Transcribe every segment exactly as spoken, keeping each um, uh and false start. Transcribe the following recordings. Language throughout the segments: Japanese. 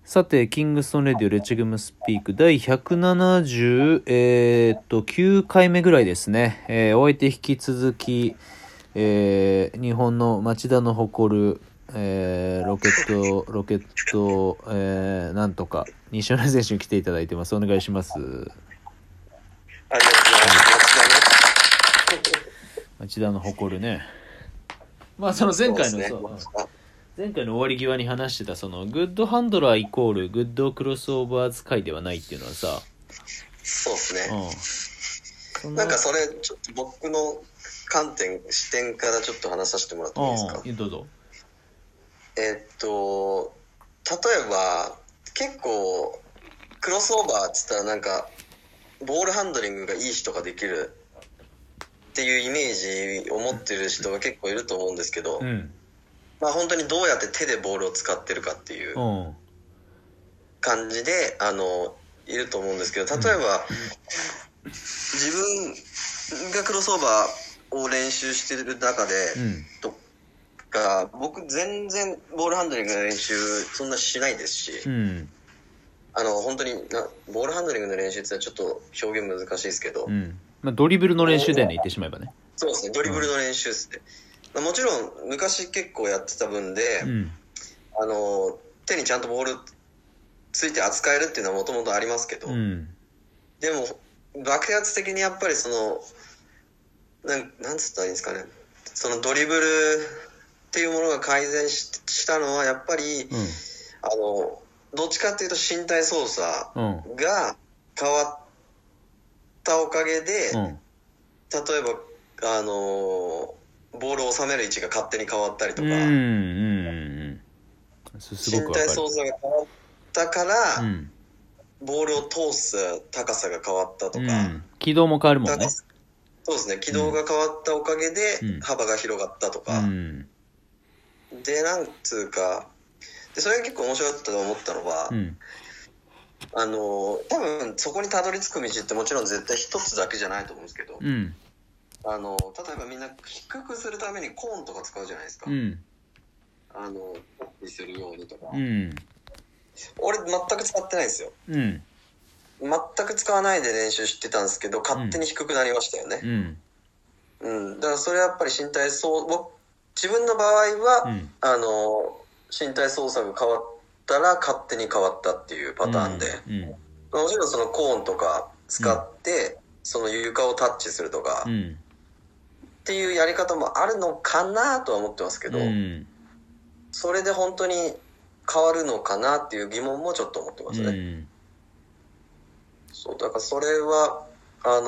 さて、キングストンレディオレチグムスピーク第ひゃくななじゅう、えー、っときゅうかいめぐらいですね。えー、お相手引き続き、えー、日本の町田の誇る、えー、ロケットロケット、えー、なんとか西村選手に来ていただいてます。お願いします。 ありがとうございます。 町田の誇るね。まあその前回のそうそうですね。 前回の終わり際に話してたそのグッドハンドラーイコールグッドクロスオーバー使いではないっていうのはさ、 そうですね。 うん、 なんかそれちょっと僕の観点視点からちょっと話させてもらってもいいですか。 うん、どうぞ。 えっと例えば結構クロスオーバーっつったらなんかボールハンドリングがいい人ができるっていうイメージを持ってる人が結構いると思うんですけど、 うんまあ本当にどうやって手でボールを使ってるかっていう感じであのいると思うんですけど、例えば、うん、自分がクロスオーバーを練習してる中で、うん、とか僕全然ボールハンドリングの練習そんなしないですし、うん、あの本当になボールハンドリングの練習ってちょっと表現難しいですけど、 うんまあ、ドリブルの練習だよね、言ってしまえばね。 そうですね、ドリブルの練習ですね、うん、もちろん昔結構やってた分で、うん、あの手にちゃんとボールついて扱えるっていうのはもともとありますけど、うん、でも爆発的にやっぱりそのなんなんつったらいいんですかね、そのドリブルっていうものが改善 し, したのはやっぱり、うん、あのどっちかっていうと身体操作が変わったおかげで、うん、例えばあのボールを収める位置が勝手に変わったりとか、うんうんうん、すごくわかる。身体操作が変わったから、うん、ボールを通す高さが変わったとか、うん、 軌道も変わるもんね。 そうですね、軌道が変わったおかげで幅が広がったとか、うん、でなんつうかでそれが結構面白いと思ったのは、うん、あの多分そこにたどり着く道ってもちろん絶対一つだけじゃないと思うんですけど、うん、あの例えばみんな低くするためにコーンとか使うじゃないですか、うん、あのタッチするようにとか、うん、俺全く使ってないですよ、うん、全く使わないで練習してたんですけど勝手に低くなりましたよね、うんうん、だからそれはやっぱり身体操僕自分の場合は、うん、あの身体操作が変わったら勝手に変わったっていうパターンで、うんうん、もちろんそのコーンとか使って、うん、その床をタッチするとか、うん、っていうやり方もあるのかなとは思ってますけど、うん、それで本当に変わるのかなっていう疑問もちょっと思ってますね、うん、そうだからそれはあ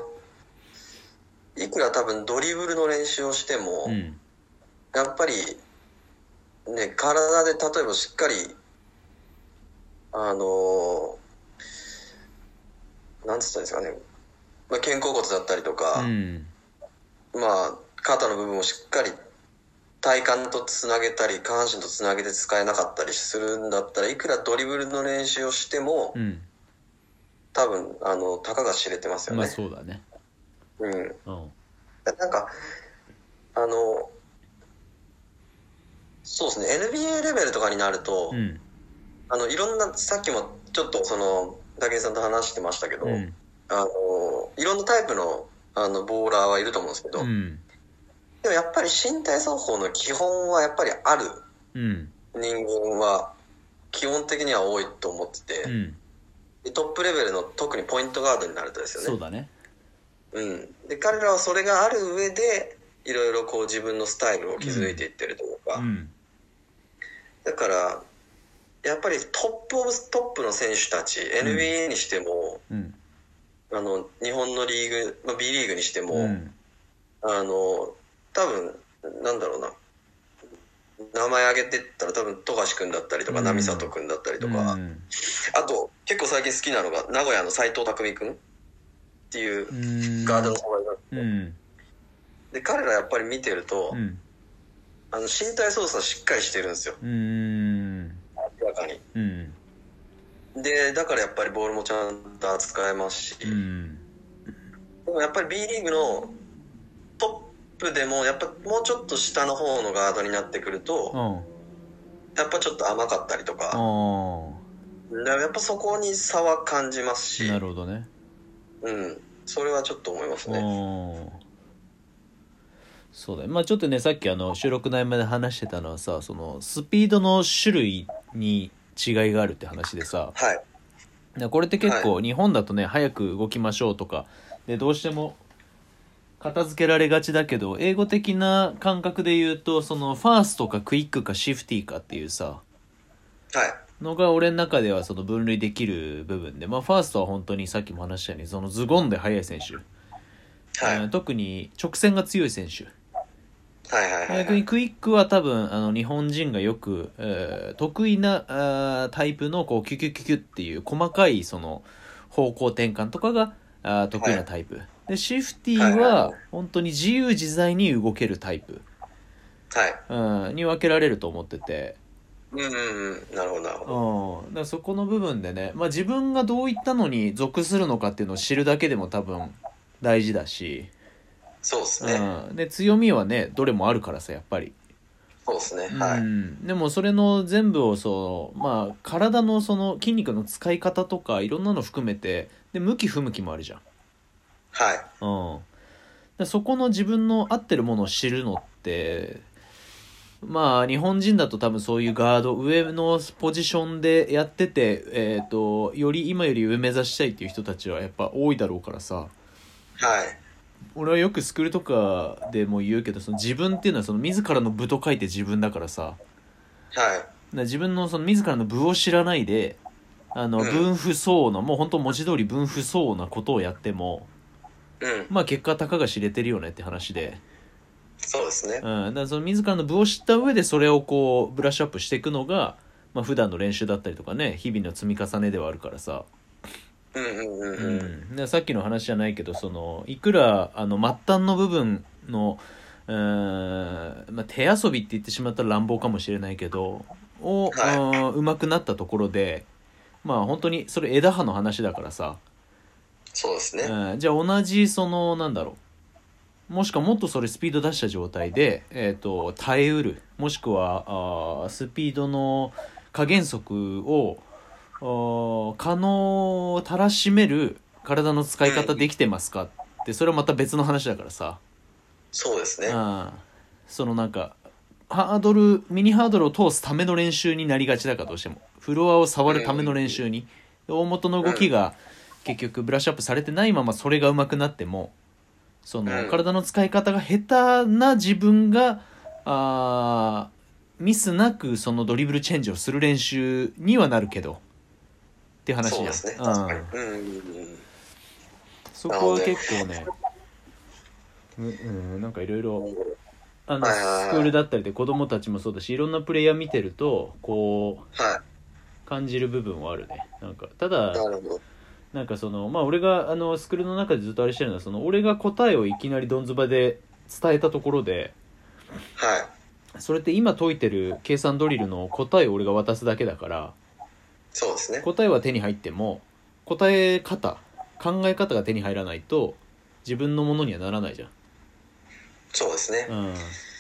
のいくら多分ドリブルの練習をしても、うん、やっぱりね、体で例えばしっかりあのなんつったんですかね、まあ、肩甲骨だったりとか、うん、まあ肩の部分をしっかり体幹とつなげたり下半身とつなげて使えなかったりするんだったらいくらドリブルの練習をしても、うん、多分あのたかが知れてますよね。 まあそうだね。 うん。うん、なんかあのそうですね エヌビーエー レベルとかになると、うん、あのいろんなさっきもちょっとその武井さんと話してましたけど、うん、あのいろんなタイプのあのボーラーはいると思うんですけど、うん、でもやっぱり身体操法の基本はやっぱりある人間は基本的には多いと思ってて、うん、でトップレベルの特にポイントガードになるとですよね。 そうだね。 うん、で彼らはそれがある上でいろいろこう自分のスタイルを築いていってるというか、うん、だからやっぱりトップオブトップの選手たち、うん、エヌビーエー にしても、うん、あの日本のリーグ、まあ、B リーグにしても、うん、あの多分なんだろうな名前挙げてったら多分富樫君だったりとか、うん、波里君だったりとか、うん、あと結構最近好きなのが名古屋の斉藤匠君っていうガードの子がいるんですけど、うん、で彼らやっぱり見てると、うん、あの身体操作しっかりしてるんですよ、うん、明らかに、うん、でだからやっぱりボールもちゃんと扱えますし、うん、でもやっぱり B リーグのトップでもやっぱもうちょっと下の方のガードになってくると、うん、やっぱちょっと甘かったりとか、 だからやっぱそこに差は感じますし。 なるほどね。 うん。それはちょっと思いますね。 そうだよ。まあちょっとね、さっきあの収録内まで話してたのはさ、そのスピードの種類に違いがあるって話でさ、 はい、 これって結構日本だとね、早く動きましょうとかでどうしても片付けられがちだけど、英語的な感覚で言うと、そのファーストかクイックかシフティかっていうさ、 はい、 のが俺の中ではその分類できる部分で、まあファーストは本当にさっきも話したようにそのズゴンで速い選手、はい、えー、特に直線が強い選手、 はいはいはいはい、 逆にクイックは多分あの日本人がよく、えー、得意なあタイプのこうキュキュキュキュっていう細かいその方向転換とかがあ得意なタイプ、はい、でシフティは本当に自由自在に動けるタイプ、はい、うん、に分けられると思ってて、 うんうんうん、なるほどなるほど、 うん、だからそこの部分でね、まあ、自分がどういったのに属するのかっていうのを知るだけでも多分大事だし、 そうですね、 うん、で強みはねどれもあるからさやっぱり、 そうですね、はい、 うん、でもそれの全部をそのまあ体のその筋肉の使い方とかいろんなの含めてで向き不向きもあるじゃん、 はい、 うん、でそこの自分の合ってるものを知るのってまあ日本人だと多分そういうガード上のポジションでやってて、えーと、より今より上目指したいっていう人たちはやっぱ多いだろうからさ、 はい、 俺はよくスクールとかでも言うけど、その自分っていうのはその自らの部と書いて自分だからさ、 はい、 自分のその自らの部を知らないであの、うん、分不相応なもう本当文字通り分不相応なことをやっても、うん、まあ結果たかが知れてるよねって話で、 そうですね、 うん、だからその自らの部を知った上でそれをこうブラッシュアップしていくのが、まあ、普段の練習だったりとかね日々の積み重ねではあるからさ、 うんうんうんうん、 うん、さっきの話じゃないけどそのいくらあの末端の部分のうーん、まあ、手遊びって言ってしまったら乱暴かもしれないけどを、はい、うまくなったところでまあ本当にそれ枝葉の話だからさ、 そうですね、 うん、じゃあ同じそのなんだろうもしくはもっとそれスピード出した状態で、えーと、耐えうるもしくはあスピードの加減速を可能をたらしめる体の使い方できてますかってそれはまた別の話だからさ、 そうですね、 あそのなんかハードルミニハードルを通すための練習になりがちだからどうしてもフロアを触るための練習に、うん、大元の動きが結局ブラッシュアップされてないままそれが上手くなってもその体の使い方が下手な自分があミスなくそのドリブルチェンジをする練習にはなるけどっていう話じゃん。 そうですね、確かに、うんうんうん、 そこは結構ねう、うん、なんかいろいろあのスクールだったりで子供たちもそうだしいろんなプレイヤー見てるとこう、はい、感じる部分はあるね。なんかただなるほどなんかそのまあ俺があのスクールの中でずっとあれしてるのはその俺が答えをいきなりドンズバで伝えたところで、 はい、 それって今解いてる計算ドリルの答えを俺が渡すだけだから、 そうですね。 答えは手に入っても答え方考え方が手に入らないと自分のものにはならないじゃん。 そうですね。 うん。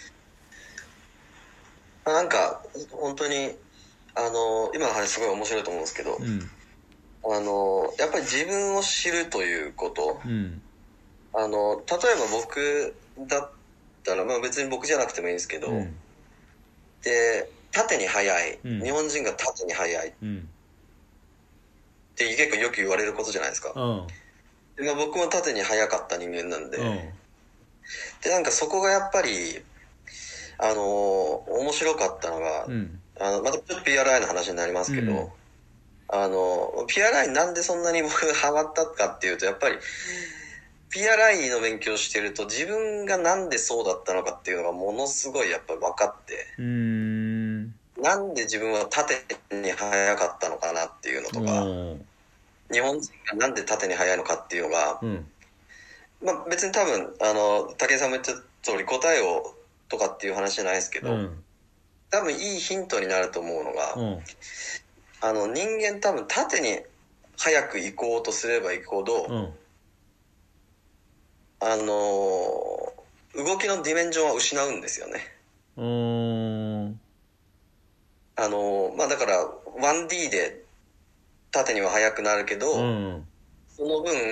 なんか本当にあの今の話すごい面白いと思うんですけど。うん、あのやっぱり自分を知るということ、うん、あの例えば僕だったら、まあ、別に僕じゃなくてもいいんですけど、うん、で縦に速い、うん、日本人が縦に速い、うん、って結構よく言われることじゃないですか、うん、でまあ、僕も縦に速かった人間なんで、うん、でなんかそこがやっぱりあの面白かったのが、うん、あのまたちょっと ピーアールアイ の話になりますけど、うんあの ピーアールアイ なんでそんなに僕がハマったかっていうとやっぱり ピーアールアイ の勉強してると自分がなんでそうだったのかっていうのがものすごいやっぱり分かってうーんなんで自分は縦に速かったのかなっていうのとか日本人がなんで縦に速いのかっていうのが、うんまあ、別に多分あの武井さんも言った通り答えをとかっていう話じゃないですけど、うん、多分いいヒントになると思うのが、うんあの人間多分縦に早く行こうとすれば行くほど、うん、あの動きのディメンジョンは失うんですよね。うーんあのまあだから ワンディー で縦には速くなるけど、 うん、 その分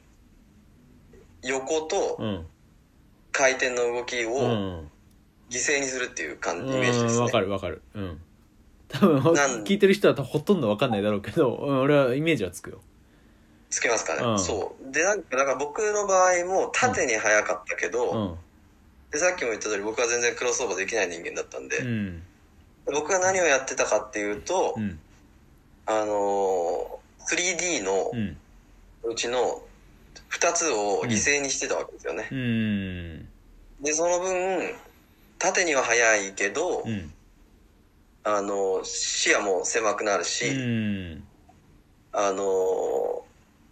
横と回転の動きを犠牲にするっていう感じ、イメージですね。 わかるわかる。うん。多分聞いてる人はほとんどわかんないだろうけど、うん、俺はイメージはつくよ。 つけますかね。うん、そうで、なんかだから僕の場合も縦に速かったけど、うん、でさっきも言った通り僕は全然クロスオーバーできない人間だったんで、うん、僕が何をやってたかっていうと、うん、あの スリーディー のうちのふたつを犠牲にしてたわけですよね。うん、でその分縦には速いけど、うん、あの視野も狭くなるし、うん、あの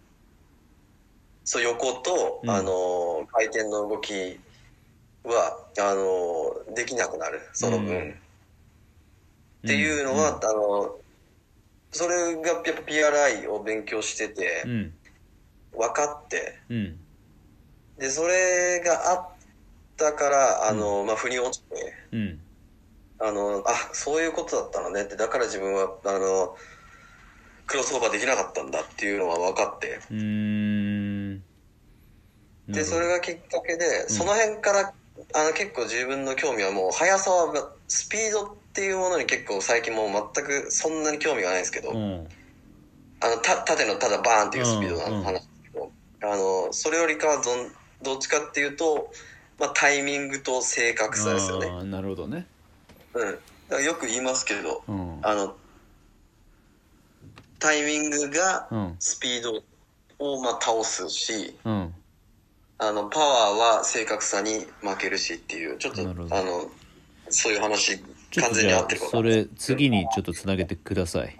そう横と、うん、あの回転の動きはあのできなくなる、その分、うん、っていうのは、うん、あのそれがやっぱ ピーアールアイ を勉強してて、うん、分かって、うん、でそれがあったからあの、うん、まあ、腑に落ちて、うん、あのあそういうことだったのねって、だから自分はあのクロスオーバーできなかったんだっていうのは分かって、うーん、でそれがきっかけで、うん、その辺からあの結構自分の興味はもう速さはスピードっていうものに結構最近もう全くそんなに興味がないんですけど、うん、あのた縦のただバーンっていうスピードの話ですけど、うん、あのそれよりかは ど, どっちかっていうと、まあ、タイミングと正確さですよね。 あ、なるほどね。 うん、だからよく言いますけど、うん、あのタイミングがスピードをまあ倒すし、うん、あのパワーは正確さに負けるしっていう、ちょっとあのそういう話完全に合ってるかな。 それ次にちょっとつなげてください。